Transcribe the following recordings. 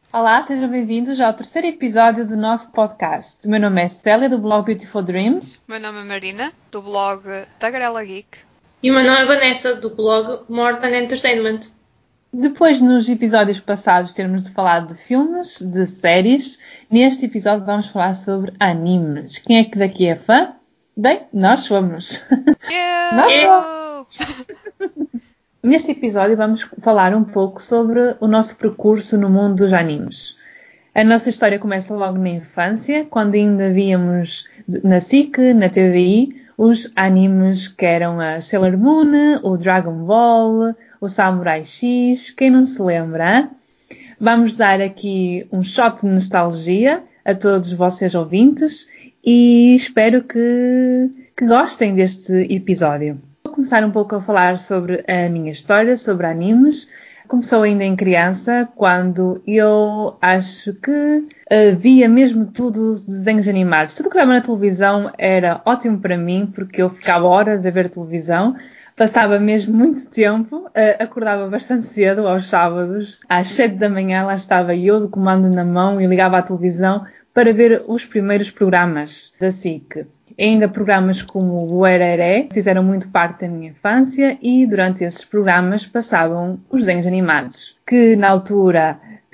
Olá, sejam bem-vindos ao terceiro episódio do nosso podcast. O meu nome é Célia, do blog Beautiful Dreams. O meu nome é Marina, do blog Tagarela Geek. E o meu nome é Vanessa, do blog More Than Entertainment. Depois, nos episódios passados, termos falado de filmes, de séries, neste episódio vamos falar sobre animes. Quem é que daqui é fã? Bem, nós somos. Nós somos. Neste episódio vamos falar um pouco sobre o nosso percurso no mundo dos animes. A nossa história começa logo na infância, quando ainda víamos na SIC, na TVI, os animes que eram a Sailor Moon, o Dragon Ball, o Samurai X. Quem não se lembra? Hein? Vamos dar aqui um shot de nostalgia a todos vocês ouvintes e espero que gostem deste episódio. Vou começar um pouco a falar sobre a minha história, sobre animes. Começou ainda em criança, quando eu acho que via mesmo tudo os desenhos animados. Tudo que dava na televisão era ótimo para mim, porque eu ficava horas a ver televisão. Passava mesmo muito tempo, acordava bastante cedo, aos sábados, às 7 da manhã, lá estava eu de comando na mão e ligava à televisão para ver os primeiros programas da SIC. Ainda programas como o Buereré fizeram muito parte da minha infância e durante esses programas passavam os desenhos animados, que na altura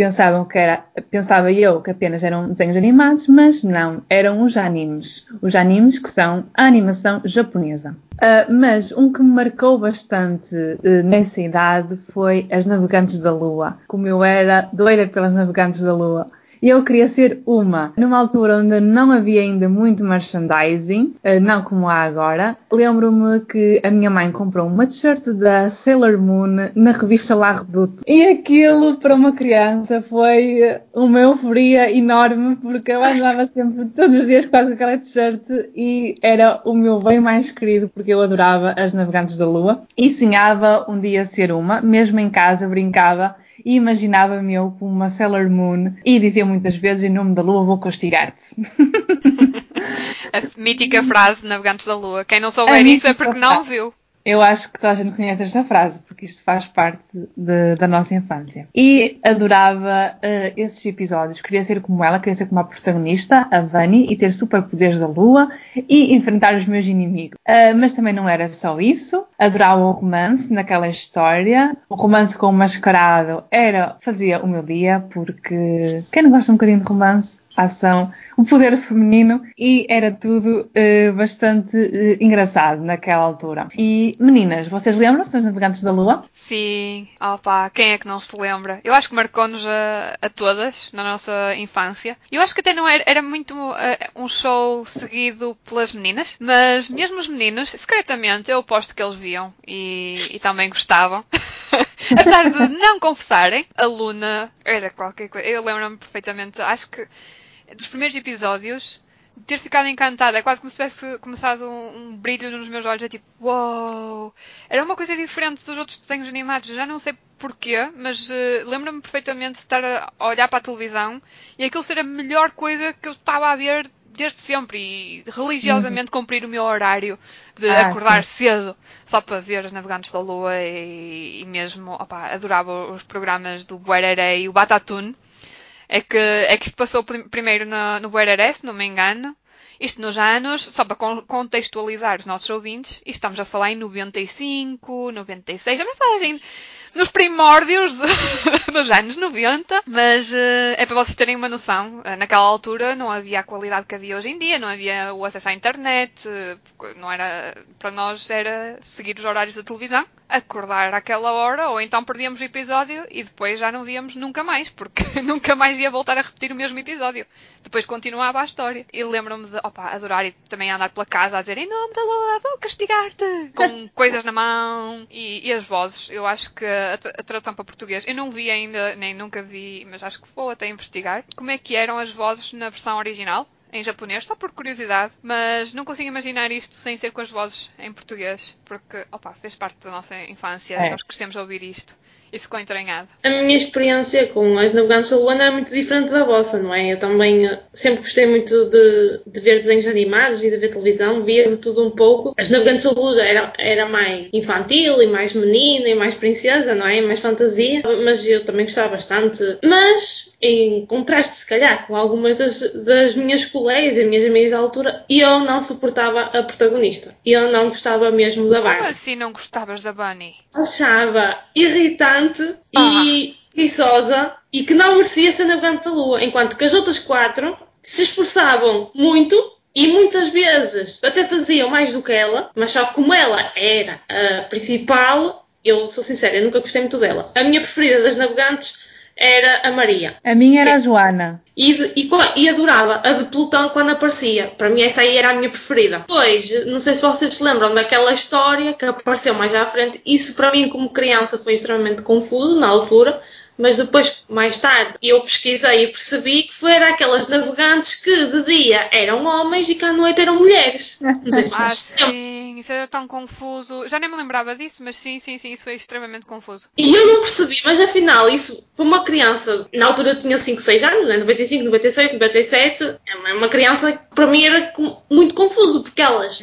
pensava eu que apenas eram desenhos animados, mas não, eram os animes. Os animes que são a animação japonesa. Mas um que me marcou bastante nessa idade foi As Navegantes da Lua. Como eu era doida pelas Navegantes da Lua. E eu queria ser uma. Numa altura onde não havia ainda muito merchandising, não como há agora, lembro-me que a minha mãe comprou uma t-shirt da Sailor Moon na revista La Redoute. E aquilo, para uma criança, foi uma euforia enorme, porque eu andava sempre, todos os dias, quase com aquela t-shirt, e era o meu bem mais querido, porque eu adorava As Navegantes da Lua. E sonhava um dia ser uma, mesmo em casa, brincava, e imaginava-me eu como uma Sailor Moon e dizia muitas vezes, em nome da Lua vou castigar-te. A mítica frase Navegantes da Lua. Quem não souber isso é porque não viu. Eu acho que toda a gente conhece esta frase, porque isto faz parte da nossa infância. E adorava esses episódios. Queria ser como ela, queria ser como a protagonista, a Vani, e ter superpoderes da lua e enfrentar os meus inimigos. Mas também não era só isso. Adorava o romance naquela história. O romance com o mascarado fazia o meu dia, porque quem não gosta um bocadinho de romance? Ação, o poder feminino, e era tudo bastante engraçado naquela altura. E meninas, vocês lembram-se das Navegantes da Lua? Sim, opa, quem é que não se lembra? Eu acho que marcou-nos a todas na nossa infância. Eu acho que até não era muito um show seguido pelas meninas, mas mesmo os meninos, secretamente, eu aposto que eles viam e também gostavam. Apesar de não confessarem, a Luna era qualquer coisa. Eu lembro-me perfeitamente, acho que dos primeiros episódios, de ter ficado encantada. É quase como se tivesse começado um brilho nos meus olhos. É tipo, uou! Era uma coisa diferente dos outros desenhos animados. Já não sei porquê, mas lembro-me perfeitamente de estar a olhar para a televisão e aquilo ser a melhor coisa que eu estava a ver desde sempre e religiosamente cumprir o meu horário de acordar cedo só para ver As Navegantes da Lua e mesmo, opa, adorava os programas do Buereré e o Batatune. É que isto passou primeiro no Buereré, se não me engano. Isto nos anos, só para contextualizar os nossos ouvintes, isto estamos a falar em 95, 96, estamos a falar assim, nos primórdios dos anos 90, mas é para vocês terem uma noção. Naquela altura não havia a qualidade que havia hoje em dia, não havia o acesso à internet, não era, para nós era seguir os horários da televisão, acordar àquela hora, ou então perdíamos o episódio e depois já não víamos nunca mais, porque nunca mais ia voltar a repetir o mesmo episódio. Depois continuava a história. E lembro-me de adorar e também andar pela casa a dizer em nome da Lua, vou castigar-te! Com coisas na mão e as vozes. Eu acho que a tradução para português, eu não vi ainda, nem nunca vi, mas acho que vou até investigar como é que eram as vozes na versão original. Em japonês, só por curiosidade, mas não consigo imaginar isto sem ser com as vozes em português, porque, fez parte da nossa infância, nós crescemos a ouvir isto e ficou entranhado. A minha experiência com As Navegantes da Lua não é muito diferente da vossa, não é? Eu também sempre gostei muito de ver desenhos animados e de ver televisão, via de tudo um pouco. As Navegantes da Lua era mais infantil e mais menina e mais princesa, não é? Mais fantasia, mas eu também gostava bastante. Mas em contraste, se calhar, com algumas das minhas colegas e minhas amigas da altura, eu não suportava a protagonista. Eu não gostava mesmo da Como Bunny. assim não gostavas da Bunny? Achava irritante e preguiçosa e que não merecia ser navegante da Lua, enquanto que as outras 4 se esforçavam muito e muitas vezes até faziam mais do que ela, mas só que como ela era a principal, eu sou sincera, eu nunca gostei muito dela. A minha preferida das navegantes era a Maria. A minha era a Joana. E adorava a de Plutão quando aparecia. Para mim essa aí era a minha preferida. Depois, não sei se vocês se lembram daquela história que apareceu mais à frente. Isso para mim como criança foi extremamente confuso na altura. Mas depois, mais tarde, eu pesquisei e percebi que eram aquelas navegantes que de dia eram homens e que à noite eram mulheres. Não sei se vocês se lembram. Sim, isso era tão confuso. Já nem me lembrava disso, mas sim, isso foi extremamente confuso. E eu não percebi, mas afinal, isso para uma criança, na altura eu tinha 5, 6 anos, né? 95, 96, 97, é uma criança que para mim era muito confuso, porque elas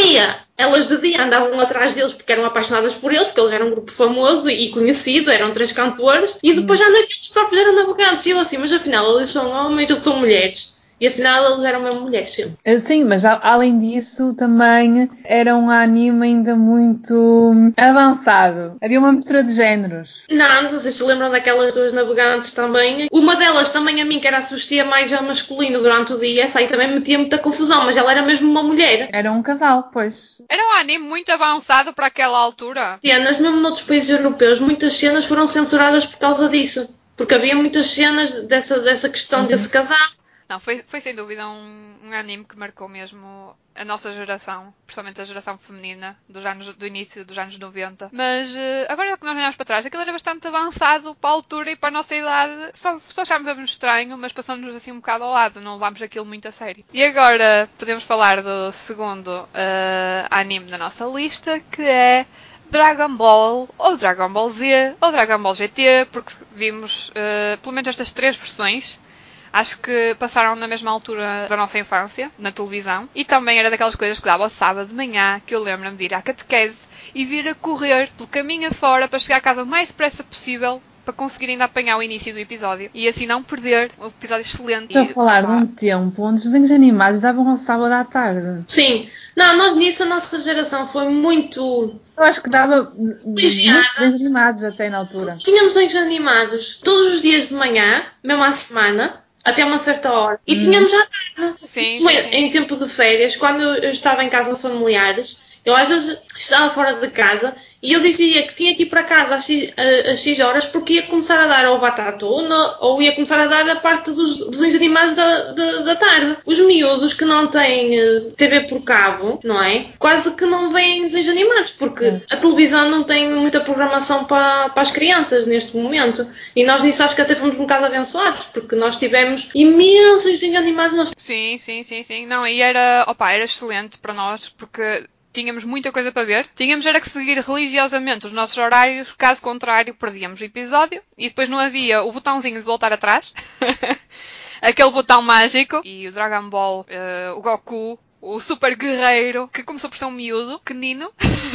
de dia andavam atrás deles porque eram apaixonadas por eles, porque eles eram um grupo famoso e conhecido, eram 3 cantores, e depois já naqueles próprios eram navegantes, e eu assim, mas afinal eles são homens ou são mulheres? E afinal eles eram mesmo mulheres sempre. Sim, mas além disso também era um anime ainda muito avançado. Havia uma mistura de géneros. Não sei se lembram daquelas 2 navegantes também. Uma delas também a mim, que era assistia mais ao masculino durante o dia. Essa aí também metia muita confusão, mas ela era mesmo uma mulher. Era um casal, pois. Era um anime muito avançado para aquela altura. Cenas, mesmo noutros países europeus, muitas cenas foram censuradas por causa disso. Porque havia muitas cenas dessa questão desse casal. Não, foi sem dúvida um anime que marcou mesmo a nossa geração, principalmente a geração feminina do início dos anos 90. Mas agora que nós olhamos para trás, aquilo era bastante avançado para a altura e para a nossa idade. Só achámos estranho, mas passamos-nos assim um bocado ao lado, não levámos aquilo muito a sério. E agora podemos falar do segundo anime da nossa lista, que é Dragon Ball, ou Dragon Ball Z, ou Dragon Ball GT, porque vimos pelo menos estas 3 versões. Acho que passaram na mesma altura da nossa infância, na televisão. E também era daquelas coisas que dava ao sábado de manhã, que eu lembro-me de ir à catequese e vir a correr pelo caminho afora para chegar a casa o mais depressa possível, para conseguir ainda apanhar o início do episódio. E assim não perder um episódio excelente. Estou a falar de um tempo onde os desenhos animados davam ao sábado à tarde. Sim. Não, nós nisso, a nossa geração foi muito... Eu acho que dava muitos desenhos animados até na altura. Tínhamos desenhos animados todos os dias de manhã, mesmo à semana, até uma certa hora. E tínhamos já tarde. Sim. Em tempo de férias, quando eu estava em casa de familiares, eu às vezes estava fora de casa e eu dizia que tinha que ir para casa às X horas porque ia começar a dar ou Batatuna ou ia começar a dar a parte dos desenhos animados da tarde. Os miúdos que não têm TV por cabo, não é? Quase que não veem desenhos animados porque a televisão não tem muita programação para as crianças neste momento. E nós nisso acho que até fomos um bocado abençoados porque nós tivemos imensos desenhos animados. Sim. Não, e era excelente para nós porque tínhamos muita coisa para ver. Tínhamos era que seguir religiosamente os nossos horários, caso contrário perdíamos o episódio e depois não havia o botãozinho de voltar atrás. Aquele botão mágico. E o Dragon Ball, o Goku, o super guerreiro, que começou por ser um miúdo, pequenino,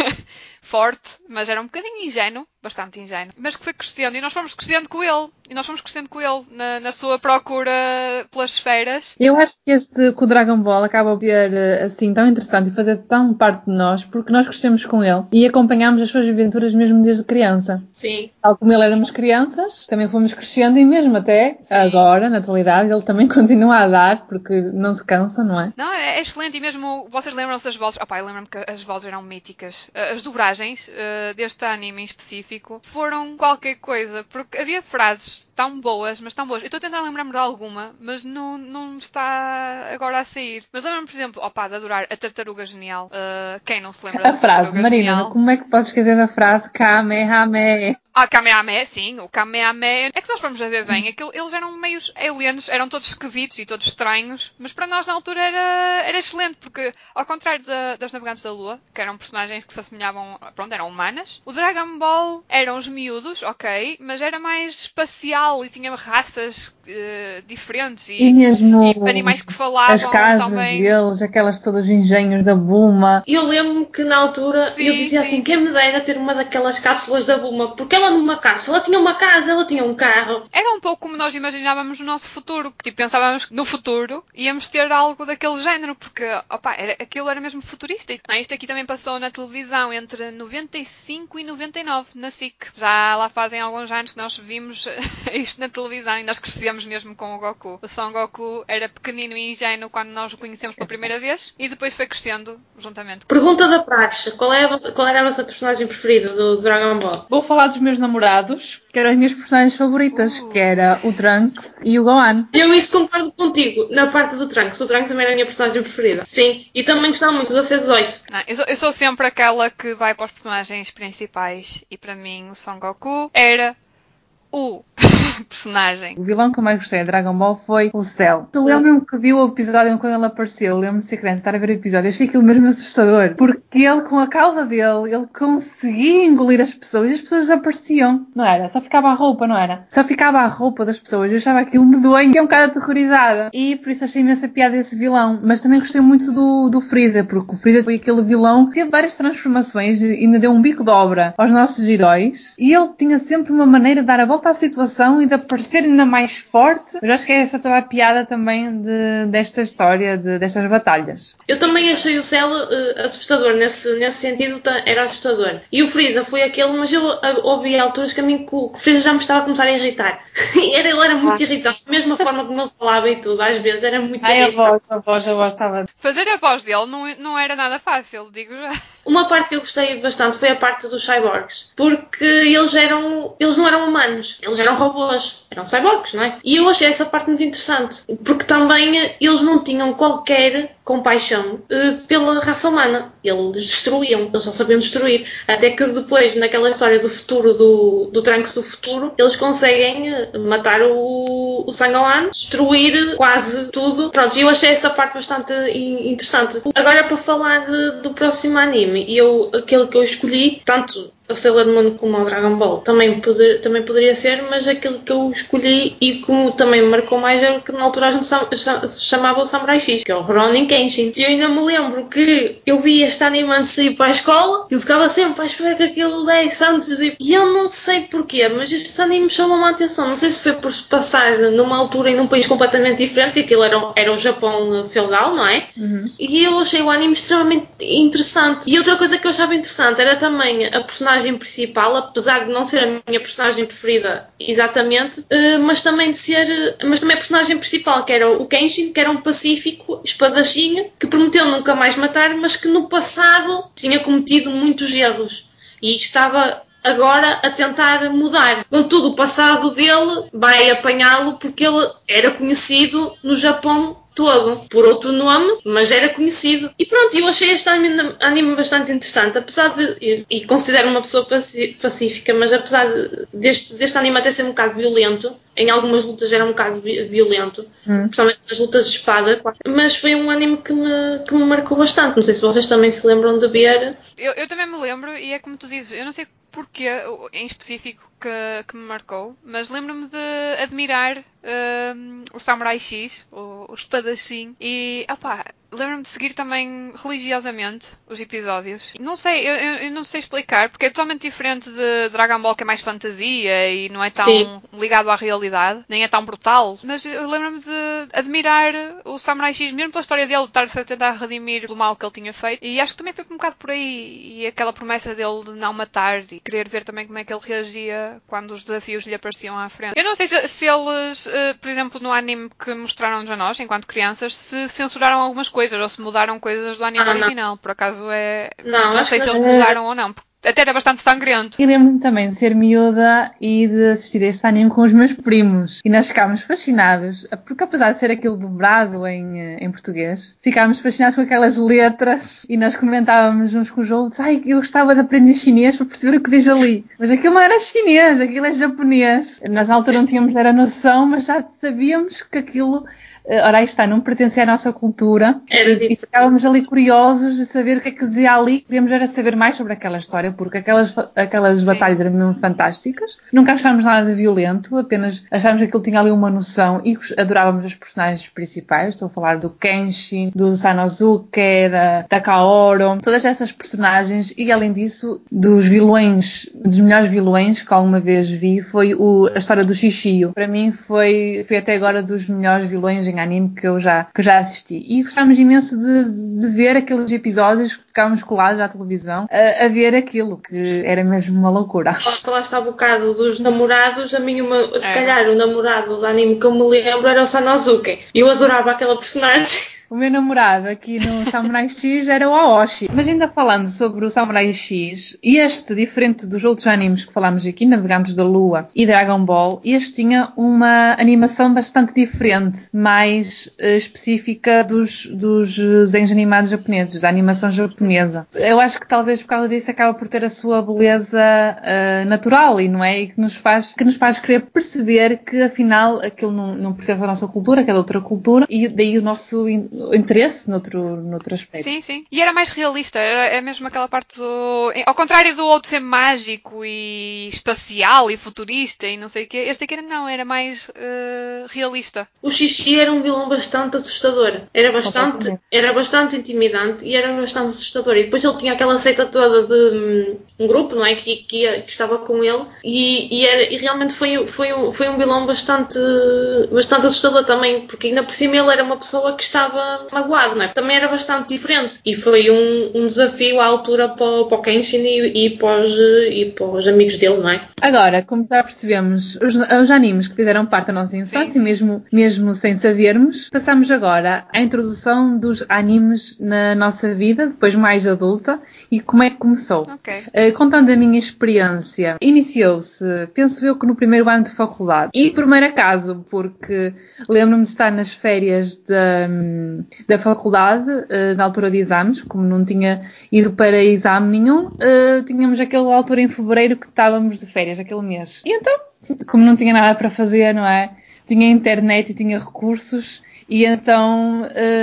forte, mas era um bocadinho ingênuo, bastante ingênuo, mas que foi crescendo e nós fomos crescendo com ele. Na sua procura pelas esferas. Eu acho que que o Dragon Ball acaba por ser assim tão interessante e fazer tão parte de nós porque nós crescemos com ele e acompanhámos as suas aventuras mesmo desde criança. Sim. Tal como ele éramos crianças, também fomos crescendo e mesmo até agora, na atualidade, ele também continua a dar porque não se cansa, não é? Não, é excelente e mesmo vocês lembram-se das vozes? Eu lembro-me que as vozes eram míticas. As dobragens deste anime em específico foram qualquer coisa, porque havia frases tão boas, mas tão boas. Eu estou a tentar lembrar-me de alguma, mas não me está agora a sair. Mas lembro-me, por exemplo, de adorar a Tartaruga Genial. Quem não se lembra da Tartaruga frase, Marina, Genial? como é que podes esquecer da frase Kamehameha? Kamehameha, sim, o Kamehameha. É que nós fomos a ver bem, eles eram meios aliens, eram todos esquisitos e todos estranhos, mas para nós na altura era excelente, porque ao contrário das Navegantes da Lua, que eram personagens que se assemelhavam, eram humanas, o Dragon Ball eram os miúdos, ok, mas era mais espacial brutal e tinha raças diferentes E mesmo e animais que falavam as casas também. deles, aquelas todos os engenhos da Bulma. Eu lembro-me que na altura eu dizia assim, quem me dera ter uma daquelas cápsulas da Bulma, porque ela numa cápsula, ela tinha uma casa, ela tinha um carro. Era um pouco como nós imaginávamos o nosso futuro, que tipo, pensávamos que no futuro íamos ter algo daquele género, porque aquilo era mesmo futurístico. Isto aqui também passou na televisão entre 95 e 99, na SIC. Já lá fazem alguns anos que nós vimos isto na televisão e nós crescemos mesmo com o Goku. O Son Goku era pequenino e ingênuo quando nós o conhecemos pela primeira vez e depois foi crescendo juntamente. Pergunta da praxe, qual era a vossa personagem preferida do Dragon Ball? Vou falar dos meus namorados, que eram as minhas personagens favoritas, que era o Trunks e o Gohan. Eu isso concordo contigo, na parte do Trunks. O Trunks também era a minha personagem preferida. Sim, e também gostava muito da C18. Não, eu sou sempre aquela que vai para os personagens principais e para mim o Son Goku era o personagem. O vilão que eu mais gostei de Dragon Ball foi o Cell. Eu lembro-me que vi o episódio quando ele apareceu. Eu lembro-me de ser criança, estar a ver o episódio. Eu achei aquilo mesmo assustador. Porque ele, com a cauda dele, ele conseguia engolir as pessoas e as pessoas desapareciam. Não era? Só ficava a roupa, não era? Só ficava a roupa das pessoas. Eu achava aquilo medonho, que é um bocado aterrorizada. E por isso achei imensa piada esse vilão. Mas também gostei muito do Freeza, porque o Freeza foi aquele vilão que teve várias transformações e ainda deu um bico de obra aos nossos heróis. E ele tinha sempre uma maneira de dar a volta à situação e de aparecer ainda mais forte. Eu acho que é essa toda a piada também desta história, destas batalhas. Eu também achei o Cell assustador, nesse sentido era assustador. E o Freeza foi aquele, mas eu ouvi alturas que a mim que o Freeza já me estava a começar a irritar. Ele era muito irritante, mesmo a forma como ele falava e tudo, às vezes era muito irritante. A voz estava... Fazer a voz dele não era nada fácil, digo já. Uma parte que eu gostei bastante foi a parte dos cyborgs, porque eles não eram humanos, eles eram robôs, eram cyborgs, não é? E eu achei essa parte muito interessante, porque também eles não tinham qualquer compaixão pela raça humana. Eles destruíam, eles só sabiam destruir. Até que depois, naquela história do futuro, do Trunks do futuro, eles conseguem matar o Sangohan, destruir quase tudo. Pronto, eu achei essa parte bastante interessante. Agora, para falar do próximo anime, aquele que eu escolhi, tanto a Sailor Moon como ao Dragon Ball também poderia ser, mas aquele que eu escolhi e como também me marcou mais é o que na altura a gente chamava o Samurai X, que é o Rurouni Kenshin. E eu ainda me lembro que eu vi este anime antes de ir para a escola, eu ficava sempre à espera que aquilo desse antes e eu não sei porquê, mas este anime chamou-me a atenção. Não sei se foi por se passar numa altura e num país completamente diferente, que aquilo era o Japão feudal, não é? Uhum. E eu achei o anime extremamente interessante. E outra coisa que eu achava interessante era também a personagem principal, apesar de não ser a minha personagem preferida exatamente, mas também a personagem principal, que era o Kenshin, que era um pacífico espadachim que prometeu nunca mais matar, mas que no passado tinha cometido muitos erros e estava agora a tentar mudar. Contudo, o passado dele vai apanhá-lo porque ele era conhecido no Japão todo, por outro nome, mas era conhecido. E pronto, eu achei este anime bastante interessante, apesar de, e considero uma pessoa pacífica, mas apesar deste anime até ser um bocado violento, em algumas lutas era um bocado violento, principalmente nas lutas de espada, mas foi um anime que me marcou bastante. Não sei se vocês também se lembram de ver. Eu também me lembro, e é como tu dizes, eu não sei porquê em específico que me marcou, mas lembro-me de admirar o Samurai X, o espadachim, e lembro-me de seguir também religiosamente os episódios. Não sei, eu não sei explicar, porque é totalmente diferente de Dragon Ball, que é mais fantasia e não é tão ligado à realidade, nem é tão brutal, mas eu lembro-me de admirar o Samurai X, mesmo pela história dele, estar-se a tentar redimir do mal que ele tinha feito, e acho que também foi um bocado por aí, e aquela promessa dele de não matar, e querer ver também como é que ele reagia quando os desafios lhe apareciam à frente. Eu não sei se eles, por exemplo, no anime que mostraram-nos a nós, enquanto crianças, se censuraram algumas coisas, ou se mudaram coisas do anime original. Por acaso não sei se eles mudaram ou não, porque até era bastante sangrento. E lembro-me também de ser miúda e de assistir a este anime com os meus primos. E nós ficámos fascinados, porque apesar de ser aquilo dobrado em português, ficámos fascinados com aquelas letras e nós comentávamos uns com os outros: ai, eu gostava de aprender chinês para perceber o que diz ali. Mas aquilo não era chinês, aquilo é japonês. Nós na altura não tínhamos era noção, mas já sabíamos que aquilo ora aí está, não pertencia à nossa cultura e ficávamos ali curiosos de saber o que é que dizia ali. Queríamos era saber mais sobre aquela história, porque aquelas batalhas eram mesmo fantásticas. Nunca achámos nada de violento, apenas achámos que aquilo tinha ali uma noção e adorávamos os personagens principais. Estou a falar do Kenshin, do Sanosuke, da Kaoru, todas essas personagens, e além disso, dos melhores vilões que alguma vez vi foi a história do Shishio. Para mim foi até agora dos melhores vilões em anime que eu já assisti. E gostámos imenso de ver aqueles episódios que ficávamos colados à televisão a ver aquilo, que era mesmo uma loucura. Falaste há bocado dos namorados, a mim se calhar o namorado do anime que eu me lembro era o Sanosuke. Eu adorava aquela personagem. O meu namorado aqui no Samurai X era o Aoshi. Mas ainda falando sobre o Samurai X, este, diferente dos outros animes que falámos aqui, Navegantes da Lua e Dragon Ball, este tinha uma animação bastante diferente, mais específica dos desenhos animados japoneses, da animação japonesa. Eu acho que talvez por causa disso acaba por ter a sua beleza natural, e não é? E que nos faz querer perceber que afinal aquilo não pertence à nossa cultura, que é de outra cultura, e daí o nosso interesse noutro aspecto. Sim, sim. E era mais realista. É mesmo aquela parte do... Ao contrário do outro ser mágico e espacial e futurista e não sei o quê, este aqui era mais realista. O Xixi era um vilão bastante assustador. Era bastante intimidante e era bastante assustador. E depois ele tinha aquela seita toda de um grupo, não é? Que estava com ele e realmente foi um vilão bastante assustador também, porque ainda por cima ele era uma pessoa que estava magoado, não é? Também era bastante diferente e foi um desafio à altura para o Kenshin e para os amigos dele, não é? Agora, como já percebemos, os animes que fizeram parte da nossa infância, mesmo sem sabermos, passamos agora à introdução dos animes na nossa vida, depois mais adulta, e como é que começou. Okay. Contando a minha experiência, iniciou-se, penso eu, que no primeiro ano de faculdade. E por mero acaso, porque lembro-me de estar nas férias da faculdade, na altura de exames, como não tinha ido para exame nenhum, tínhamos aquela altura em fevereiro que estávamos de férias, aquele mês. E então, como não tinha nada para fazer, não é? Tinha internet e tinha recursos, e então,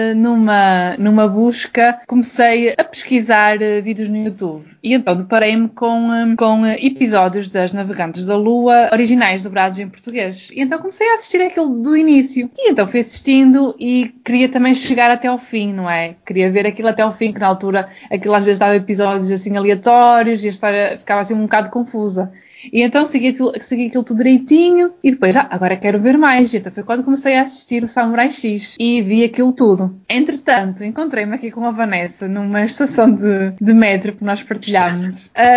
numa busca, comecei a pesquisar vídeos no YouTube. E então deparei-me com episódios das Navegantes da Lua originais dobrados em português. E então comecei a assistir aquilo do início. E então fui assistindo e queria também chegar até ao fim, não é? Queria ver aquilo até ao fim, que na altura aquilo às vezes dava episódios assim aleatórios e a história ficava assim um bocado confusa. E então segui aquilo tudo direitinho e depois, agora quero ver mais. E então foi quando comecei a assistir o Samurai X e vi aquilo tudo. Entretanto, encontrei-me aqui com a Vanessa numa estação de metro que nós partilhámos.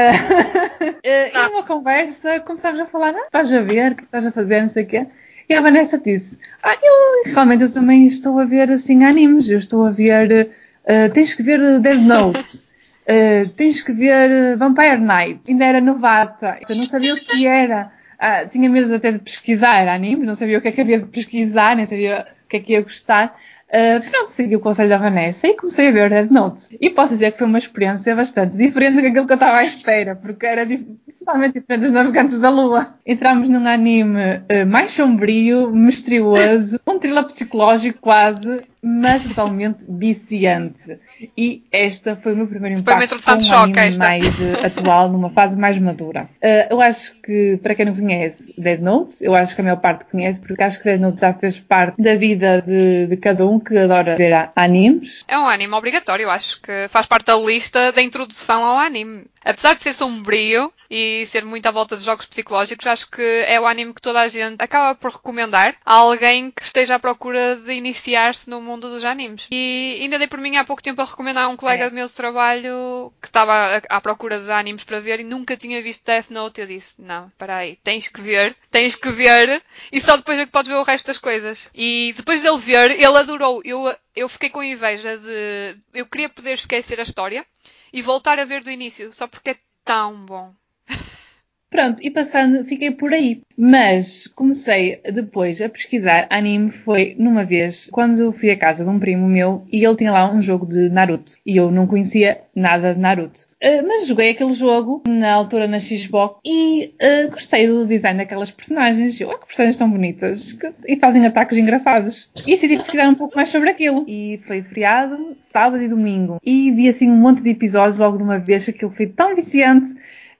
E numa conversa começámos a falar, estás a ver, o que estás a fazer, não sei o quê. E a Vanessa disse, eu também estou a ver assim animes, eu estou a ver, tens que ver Death Note. Tens que ver Vampire Night. Ainda era novata, eu não sabia o que era. Tinha medo até de pesquisar animes, não sabia o que é que havia de pesquisar, nem sabia o que é que ia gostar. Pronto, segui o conselho da Vanessa e comecei a ver Death Note. E posso dizer que foi uma experiência bastante diferente daquilo que eu estava à espera, porque era totalmente diferente dos Navegantes da Lua. Entramos num anime mais sombrio, misterioso, um thriller psicológico quase, mas totalmente viciante. E esta foi o meu primeiro impacto com um anime mais atual, numa fase mais madura. Eu acho que, para quem não conhece Death Note, eu acho que a maior parte conhece, porque acho que Death Note já fez parte da vida de cada um que adora ver animes. É um anime obrigatório, eu acho que faz parte da lista da introdução ao anime. Apesar de ser sombrio e ser muito à volta de jogos psicológicos, acho que é o anime que toda a gente acaba por recomendar a alguém que esteja à procura de iniciar-se no mundo dos animes. E ainda dei por mim há pouco tempo a recomendar a um colega meu de trabalho que estava à procura de animes para ver e nunca tinha visto Death Note. Eu disse, não, espera aí, tens que ver, e só depois é que podes ver o resto das coisas. E depois dele ver, ele adorou. Eu fiquei com inveja de... Eu queria poder esquecer a história e voltar a ver do início, só porque é tão bom. Pronto, e passando, fiquei por aí. Mas comecei depois a pesquisar anime, foi numa vez, quando eu fui à casa de um primo meu e ele tinha lá um jogo de Naruto. E eu não conhecia nada de Naruto. Mas joguei aquele jogo, na altura na Xbox, e gostei do design daquelas personagens. Que personagens tão bonitas e fazem ataques engraçados. E decidi pesquisar um pouco mais sobre aquilo. E foi feriado, sábado e domingo. E vi assim um monte de episódios logo de uma vez, aquilo foi tão viciante.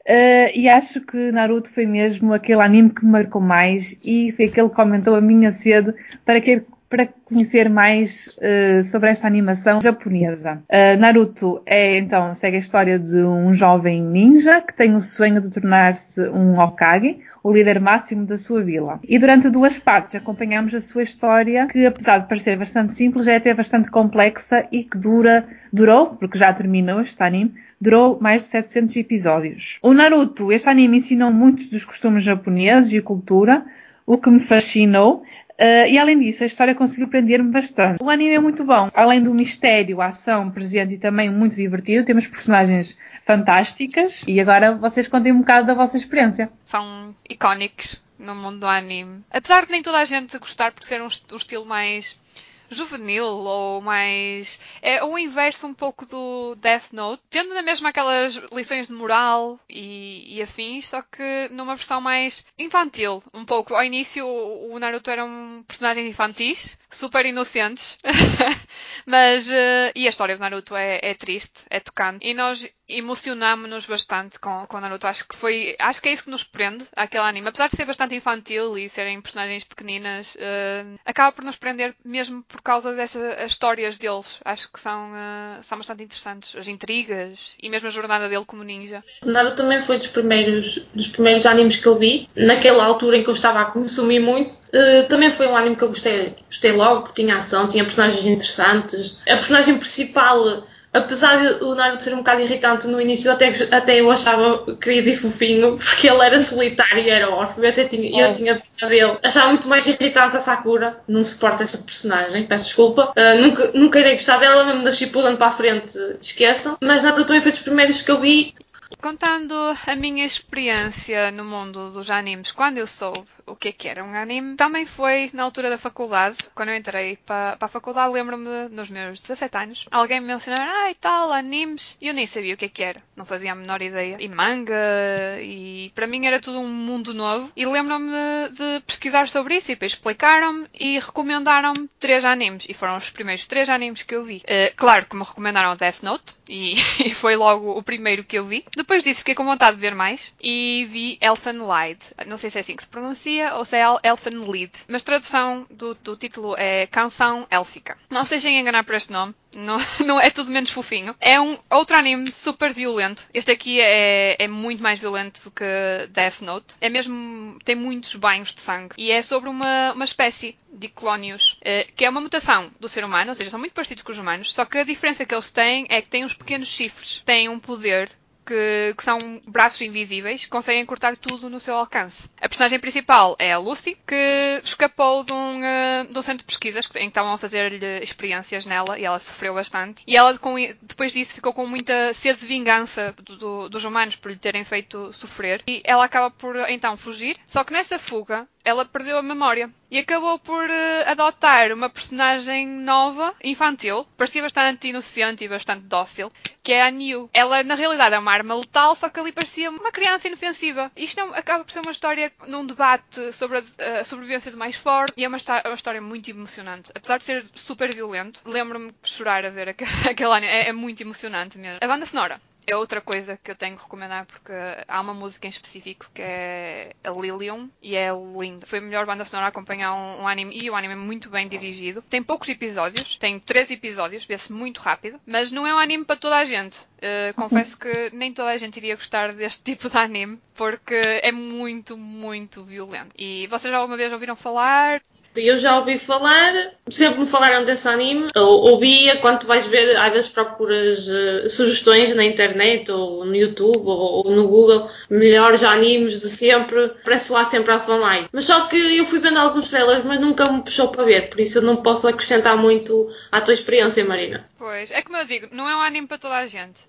E acho que Naruto foi mesmo aquele anime que me marcou mais e foi aquele que aumentou a minha sede para conhecer mais sobre esta animação japonesa. Naruto então, segue a história de um jovem ninja que tem o sonho de tornar-se um Hokage, o líder máximo da sua vila. E durante 2 partes acompanhamos a sua história, que apesar de parecer bastante simples, é até bastante complexa e que durou, porque já terminou este anime, durou mais de 700 episódios. O Naruto, este anime ensinou muitos dos costumes japoneses e cultura, o que me fascinou. E além disso, a história conseguiu prender-me bastante. O anime é muito bom. Além do mistério, a ação presente e também muito divertido, temos personagens fantásticas. E agora vocês contem um bocado da vossa experiência. São icónicos no mundo do anime. Apesar de nem toda a gente gostar por ser um estilo mais juvenil ou mais... É o inverso um pouco do Death Note, tendo na mesma aquelas lições de moral e afins, só que numa versão mais infantil, um pouco. Ao início o Naruto eram personagens infantis, super inocentes, mas... e a história do Naruto é triste, é tocante, e nós emocionámos-nos bastante com o Naruto. Acho que é isso que nos prende àquele anime. Apesar de ser bastante infantil e serem personagens pequeninas, acaba por nos prender mesmo por causa dessas histórias deles. Acho que são bastante interessantes. As intrigas e mesmo a jornada dele como ninja. Naruto também foi dos primeiros animes que eu vi, naquela altura em que eu estava a consumir muito. Também foi um anime que eu gostei logo, porque tinha ação, tinha personagens interessantes. A personagem principal, apesar de o Naruto ser um bocado irritante no início, até eu achava querido e fofinho, porque ele era solitário e era órfão. Eu tinha pena dele. Achava muito mais irritante a Sakura. Não suporto essa personagem, peço desculpa. Nunca irei gostar dela, mesmo da Shippuden para a frente, esqueçam. Mas Naruto também foi dos primeiros que eu vi. Contando a minha experiência no mundo dos animes, quando eu soube o que é que era um anime, também foi na altura da faculdade. Quando eu entrei para a faculdade, lembro-me, nos meus 17 anos, alguém me mencionou, e tal, animes, e eu nem sabia o que é que era. Não fazia a menor ideia. E manga, e para mim era tudo um mundo novo. E lembro-me de pesquisar sobre isso, e depois explicaram-me e recomendaram-me 3 animes. E foram os primeiros 3 animes que eu vi. Claro que me recomendaram Death Note, e foi logo o primeiro que eu vi. Depois disso fiquei com vontade de ver mais e vi Elfen Lied. Não sei se é assim que se pronuncia ou se é Elfen Lied, mas tradução do título é Canção Élfica. Não se deixem enganar por este nome. Não é tudo menos fofinho. É um outro anime super violento. Este aqui é muito mais violento do que Death Note. É mesmo... tem muitos banhos de sangue. E é sobre uma espécie de clónios, que é uma mutação do ser humano, ou seja, são muito parecidos com os humanos, só que a diferença que eles têm é que têm uns pequenos chifres. Têm um poder que são braços invisíveis, conseguem cortar tudo no seu alcance. A personagem principal é a Lucy, que escapou de um centro de pesquisas em que estavam a fazer-lhe experiências nela e ela sofreu bastante. E ela, depois disso, ficou com muita sede de vingança dos humanos por lhe terem feito sofrer. E ela acaba por, então, fugir. Só que nessa fuga, ela perdeu a memória e acabou por adotar uma personagem nova, infantil, parecia bastante inocente e bastante dócil, que é a Niu. Ela, na realidade, é uma arma letal, só que ali parecia uma criança inofensiva. Isto acaba por ser uma história num debate sobre a sobrevivência do mais forte, e é uma história muito emocionante. Apesar de ser super violento, lembro-me de chorar a ver aquele anime. É muito emocionante mesmo. A banda sonora é outra coisa que eu tenho que recomendar, porque há uma música em específico que é a Lilium e é linda. Foi a melhor banda sonora a acompanhar um anime, e o anime é muito bem dirigido. Tem poucos episódios, tem 3 episódios, vê-se muito rápido, mas não é um anime para toda a gente. Confesso que nem toda a gente iria gostar deste tipo de anime, porque é muito, muito violento. E vocês já alguma vez ouviram falar? Eu já ouvi falar, sempre me falaram desse anime, ouvia quando tu vais ver, às vezes procuras sugestões na internet ou no YouTube ou no Google, melhores animes de sempre, aparece lá sempre a falar. Mas só que eu fui vendo alguns trailers, mas nunca me puxou para ver, por isso eu não posso acrescentar muito à tua experiência, Marina. Pois, é como eu digo, não é um anime para toda a gente.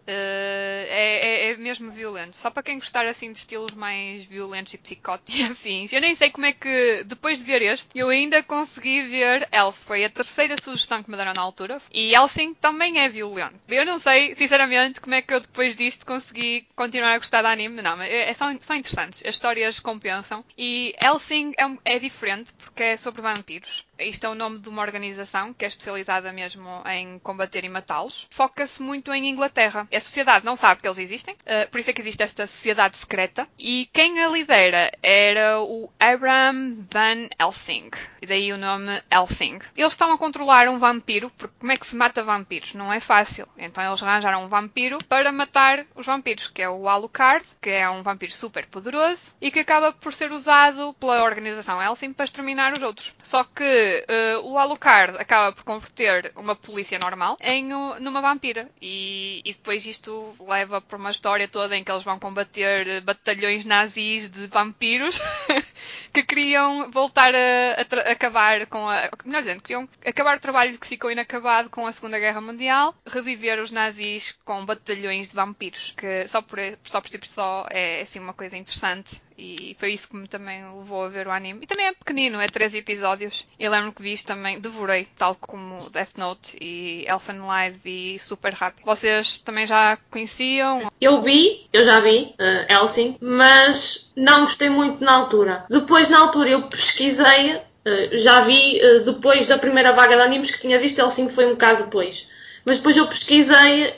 É mesmo violento. Só para quem gostar assim de estilos mais violentos e psicóticos e afins. Eu nem sei como é que, depois de ver este, eu ainda consegui ver Elf. Foi a terceira sugestão que me deram na altura. E Hellsing também é violento. Eu não sei, sinceramente, como é que eu depois disto consegui continuar a gostar de anime. Não, mas são interessantes. As histórias compensam. E Hellsing é diferente porque é sobre vampiros. Isto é o nome de uma organização que é especializada mesmo em combater e matá-los. Foca-se muito em Inglaterra. A sociedade não sabe que eles existem, por isso é que existe esta sociedade secreta. E quem a lidera era o Abraham Van Helsing. E daí o nome Helsing. Eles estão a controlar um vampiro, porque como é que se mata vampiros? Não é fácil. Então eles arranjaram um vampiro para matar os vampiros, que é o Alucard, que é um vampiro super poderoso e que acaba por ser usado pela organização Helsing para exterminar os outros. Só que o Alucard acaba por converter uma polícia normal numa vampira. E depois isto leva para uma história toda em que eles vão combater batalhões nazis de vampiros que queriam voltar a acabar com melhor dizendo, queriam acabar o trabalho que ficou inacabado com a Segunda Guerra Mundial, reviver os nazis com batalhões de vampiros, que só por si só é assim uma coisa interessante. E foi isso que me também levou a ver o anime. E também é pequenino, é 13 episódios. Eu lembro que vi isto também, devorei, tal como Death Note e Elfen Lied, vi super rápido. Vocês também já conheciam? Eu já vi Hellsing, mas não gostei muito na altura. Depois, na altura, eu pesquisei, já vi depois da primeira vaga de animes que tinha visto, Hellsing foi um bocado depois. Mas depois eu pesquisei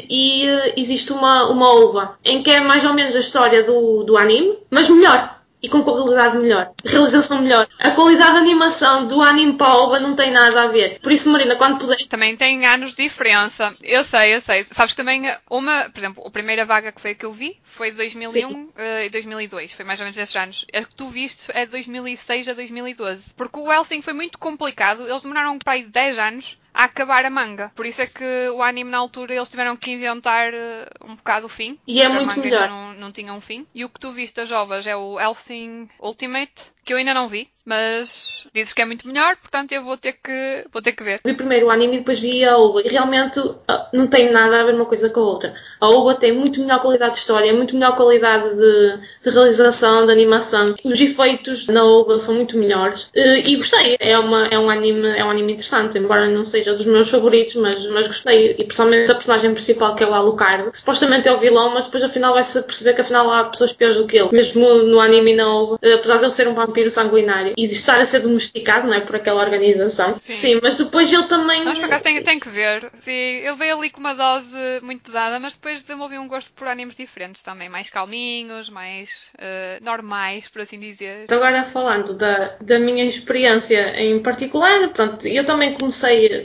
e existe uma OVA em que é mais ou menos a história do anime, mas melhor. E com qualidade melhor. Realização melhor. A qualidade de animação do anime para a OVA não tem nada a ver. Por isso, Marina, quando puder... Também tem anos de diferença. Eu sei. Sabes que também por exemplo, a primeira vaga que foi a que eu vi foi de 2001 e 2002. Foi mais ou menos esses anos. A que tu viste é de 2006 a 2012. Porque o Hellsing foi muito complicado. Eles demoraram para aí 10 anos a acabar a manga. Por isso é que o anime na altura eles tiveram que inventar um bocado o fim. E é muito melhor. A manga não tinha um fim. E o que tu viste das ovas é o Hellsing Ultimate, que eu ainda não vi, mas dizes que é muito melhor, portanto eu vou ter que ver. Vi primeiro o anime e depois vi a OVA e realmente não tem nada a ver uma coisa com a outra. A OVA tem muito melhor qualidade de história, muito melhor qualidade de realização, de animação. Os efeitos na OVA são muito melhores e gostei. É um anime interessante, embora não seja dos meus favoritos, mas gostei. E principalmente a personagem principal, que é o Alucard, que supostamente é o vilão, mas depois afinal vai-se perceber que afinal há pessoas piores do que ele. Mesmo no anime e na OVA, apesar de ele ser um vampiro sanguinário e de estar a ser domesticado, não é, por aquela organização. Sim, mas depois ele também... Mas por acaso tem que ver. Sim, ele veio ali com uma dose muito pesada, mas depois desenvolveu um gosto por animes diferentes também, mais calminhos, mais normais, por assim dizer. Então, agora falando da minha experiência em particular, pronto, eu também comecei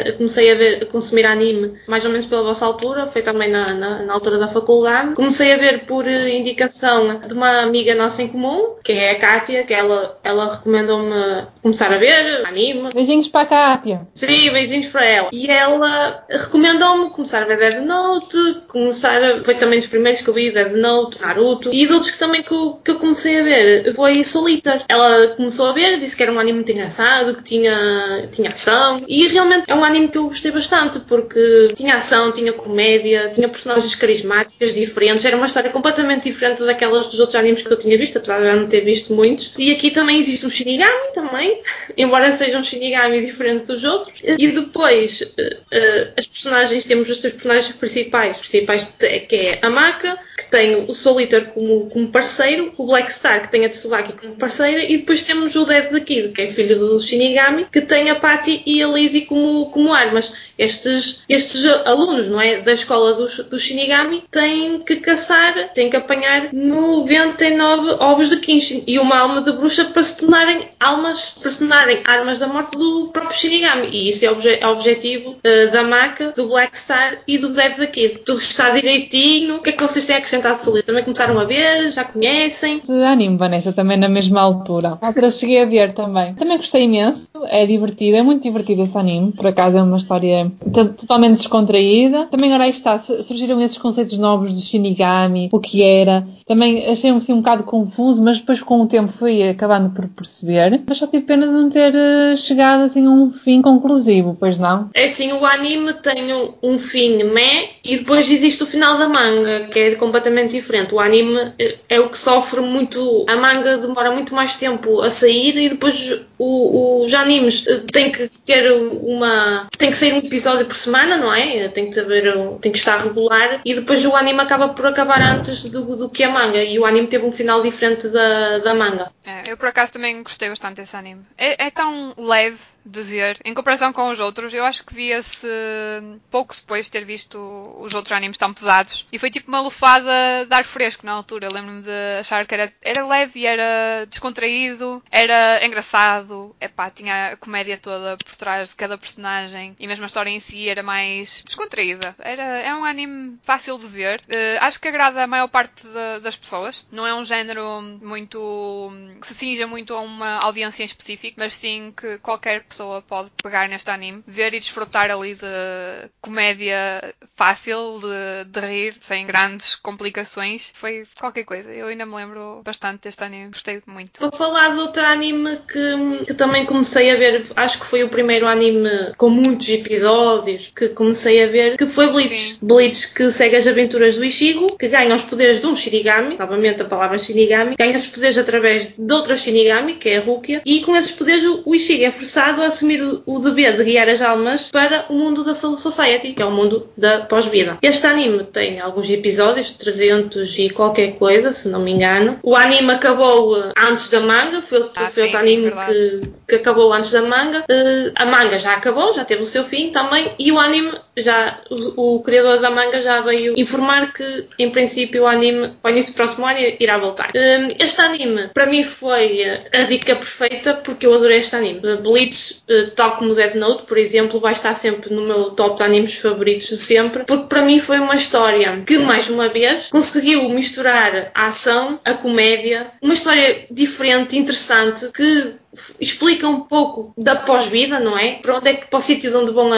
a consumir anime mais ou menos pela vossa altura, foi também na altura da faculdade. Comecei a ver por indicação de uma amiga nossa em comum, que é a Kátia, que ela recomendou-me começar a ver anime. Beijinhos para a Kátia. Sim, beijinhos para ela. E ela recomendou-me começar a ver Death Note, foi também dos primeiros que eu vi, Death Note, Naruto, e de outros que também que eu comecei a ver foi Soul Eater. Ela começou a ver, disse que era um anime muito engraçado, que tinha ação, e realmente é um anime que eu gostei bastante, porque tinha ação, tinha comédia, tinha personagens carismáticas diferentes, era uma história completamente diferente daquelas dos outros animes que eu tinha visto, apesar de eu não ter visto muitos. E aqui também existe um Shinigami também, embora seja um Shinigami diferente dos outros. E depois as personagens, temos os três personagens principais que é a Maka, que tem o Soul Eater como parceiro, o Black Star, que tem a Tsubaki como parceira, e depois temos o Dead the Kid, que é filho do Shinigami, que tem a Patty e a Lizzie como armas. Estes alunos, não é, da escola do Shinigami têm que caçar, têm que apanhar 99 ovos de Kenshin e uma alma de bruxa para se tornarem armas da morte do próprio Shinigami. E isso é o objetivo da Maka, do Black Star e do Dead the Kid. Tudo está direitinho. O que é que vocês têm acrescentado sobre isso? Também começaram a ver? Já conhecem? Anime, Vanessa, também na mesma altura. Na altura cheguei a ver também. Também gostei imenso, é divertido, é muito divertido esse anime. Por acaso é uma história totalmente descontraída. Também agora aí está, surgiram esses conceitos novos de Shinigami, o que era. Também achei assim um bocado confuso, mas depois com o tempo fui acabando por perceber. Mas só tive pena de não ter chegado assim a um fim conclusivo, pois não? É assim, o anime tem um fim meh e depois existe o final da manga, que é completamente diferente. O anime é o que sofre muito, a manga demora muito mais tempo a sair e depois os animes têm que tem que sair um episódio por semana, não é? Tem que estar regular e depois o anime acaba por acabar antes do que a manga e o anime teve um final diferente da manga. Eu por acaso também gostei bastante desse anime. É tão leve de ver, em comparação com os outros. Eu acho que via-se pouco depois de ter visto os outros animes tão pesados. E foi tipo uma lufada de ar fresco na altura. Eu lembro-me de achar que era leve e era descontraído, era engraçado. Tinha a comédia toda por trás de cada personagem. E mesmo a história em si era mais descontraída. É um anime fácil de ver. Acho que agrada a maior parte das pessoas. Não é um género que se cinja muito a uma audiência em específico, mas sim que qualquer pessoa pode pegar neste anime, ver e desfrutar ali de comédia fácil, de rir, sem grandes complicações. Foi qualquer coisa. Eu ainda me lembro bastante deste anime. Gostei muito. Vou falar de outro anime que também comecei a ver, acho que foi o primeiro anime com muitos episódios que comecei a ver, que foi Bleach. Sim. Bleach, que segue as aventuras do Ichigo, que ganha os poderes de um Shinigami, novamente a palavra Shinigami, ganha os poderes através de outra Shinigami, que é a Rukia, e com esses poderes o Ichigo é forçado a assumir o dever de guiar as almas para o mundo da Soul Society, que é o mundo da pós-vida. Este anime tem alguns episódios, 300 e qualquer coisa, se não me engano. O anime acabou antes da manga, foi outro anime que acabou antes da manga. A manga já acabou, já teve o seu fim também, e o anime o criador da manga já veio informar que, em princípio, o anime, ao início do próximo ano, irá voltar. Este anime, para mim, foi a dica perfeita, porque eu adorei este anime. Bleach, tal como Death Note, por exemplo, vai estar sempre no meu top de animes favoritos de sempre, porque para mim foi uma história que, mais uma vez, conseguiu misturar a ação, a comédia, uma história diferente, interessante, que explica um pouco da pós-vida, não é? Para os sítios onde vão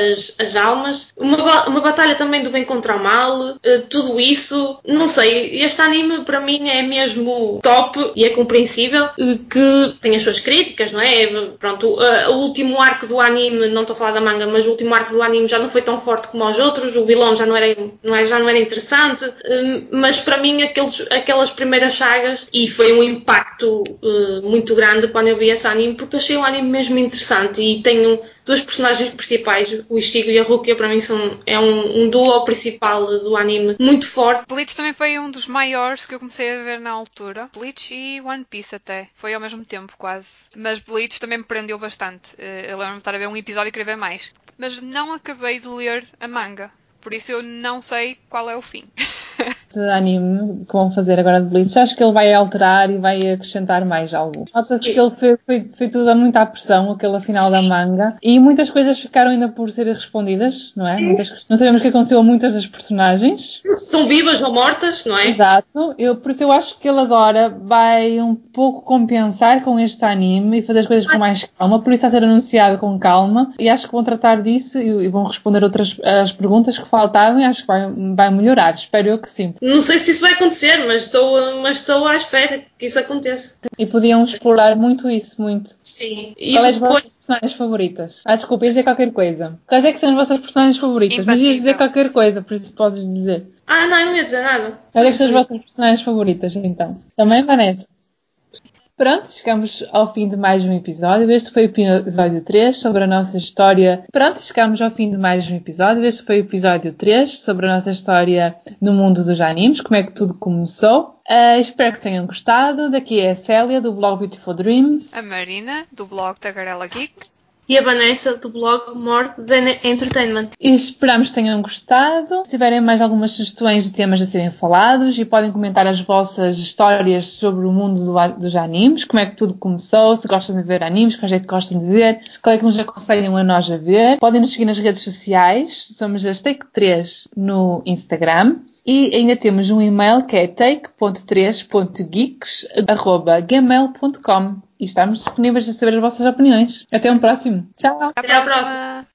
as almas. Uma batalha também do bem contra o mal. Tudo isso. Não sei. Este anime, para mim, é mesmo top e é compreensível que tem as suas críticas, não é? Pronto, o último arco do anime, não estou a falar da manga, mas o último arco do anime já não foi tão forte como os outros. O vilão já não era interessante. Mas para mim, aquelas primeiras sagas, e foi um impacto muito grande quando eu vi esse anime, porque achei o anime mesmo interessante e tenho dois personagens principais, o Ichigo e a Rukia, para mim é um duo principal do anime muito forte. Bleach também foi um dos maiores que eu comecei a ver na altura. Bleach e One Piece até. Foi ao mesmo tempo quase. Mas Bleach também me prendeu bastante. Eu lembro-me de estar a ver um episódio e querer ver mais. Mas não acabei de ler a manga. Por isso eu não sei qual é o fim. Este anime que vão fazer agora de Bleach, acho que ele vai alterar e vai acrescentar mais algo. Nota-se que ele foi tudo a muita pressão, aquele final da manga, e muitas coisas ficaram ainda por ser respondidas, não é? Não sabemos o que aconteceu a muitas das personagens. São vivas ou mortas, não é? Exato. Por isso eu acho que ele agora vai um pouco compensar com este anime e fazer as coisas com mais calma, por isso está a ser anunciado com calma, e acho que vão tratar disso e vão responder as perguntas que faltavam e acho que vai melhorar. Espero eu que sim. Não sei se isso vai acontecer, mas estou à espera que isso aconteça. E podiam explorar muito isso, muito. Sim. Quais são as vossas personagens favoritas? Desculpa, ia dizer qualquer coisa. Quais é que são as vossas personagens favoritas? Mas ias dizer qualquer coisa, por isso podes dizer. Não ia dizer nada. Quais é que são as vossas personagens favoritas, então? Também, Vanessa? Pronto, chegamos ao fim de mais um episódio. Este foi o episódio 3 sobre a nossa história. Pronto, chegamos ao fim de mais um episódio. Este foi o episódio 3 sobre a nossa história no mundo dos animes, como é que tudo começou. Espero que tenham gostado. Daqui é a Célia, do blog Beautiful Dreams. A Marina, do blog Tagarela Geek. e a Vanessa do blog More Than Entertainment. E esperamos que tenham gostado. Se tiverem mais algumas sugestões de temas a serem falados e podem comentar as vossas histórias sobre o mundo dos animes, como é que tudo começou, se gostam de ver animes, quais é que gostam de ver, qual é que nos aconselham a nós a ver. Podem nos seguir nas redes sociais, somos as Take3 no Instagram. E ainda temos um e-mail que é take.3.geeks@gmail.com e estamos disponíveis a saber as vossas opiniões. Até um próximo. Tchau! Até à próxima!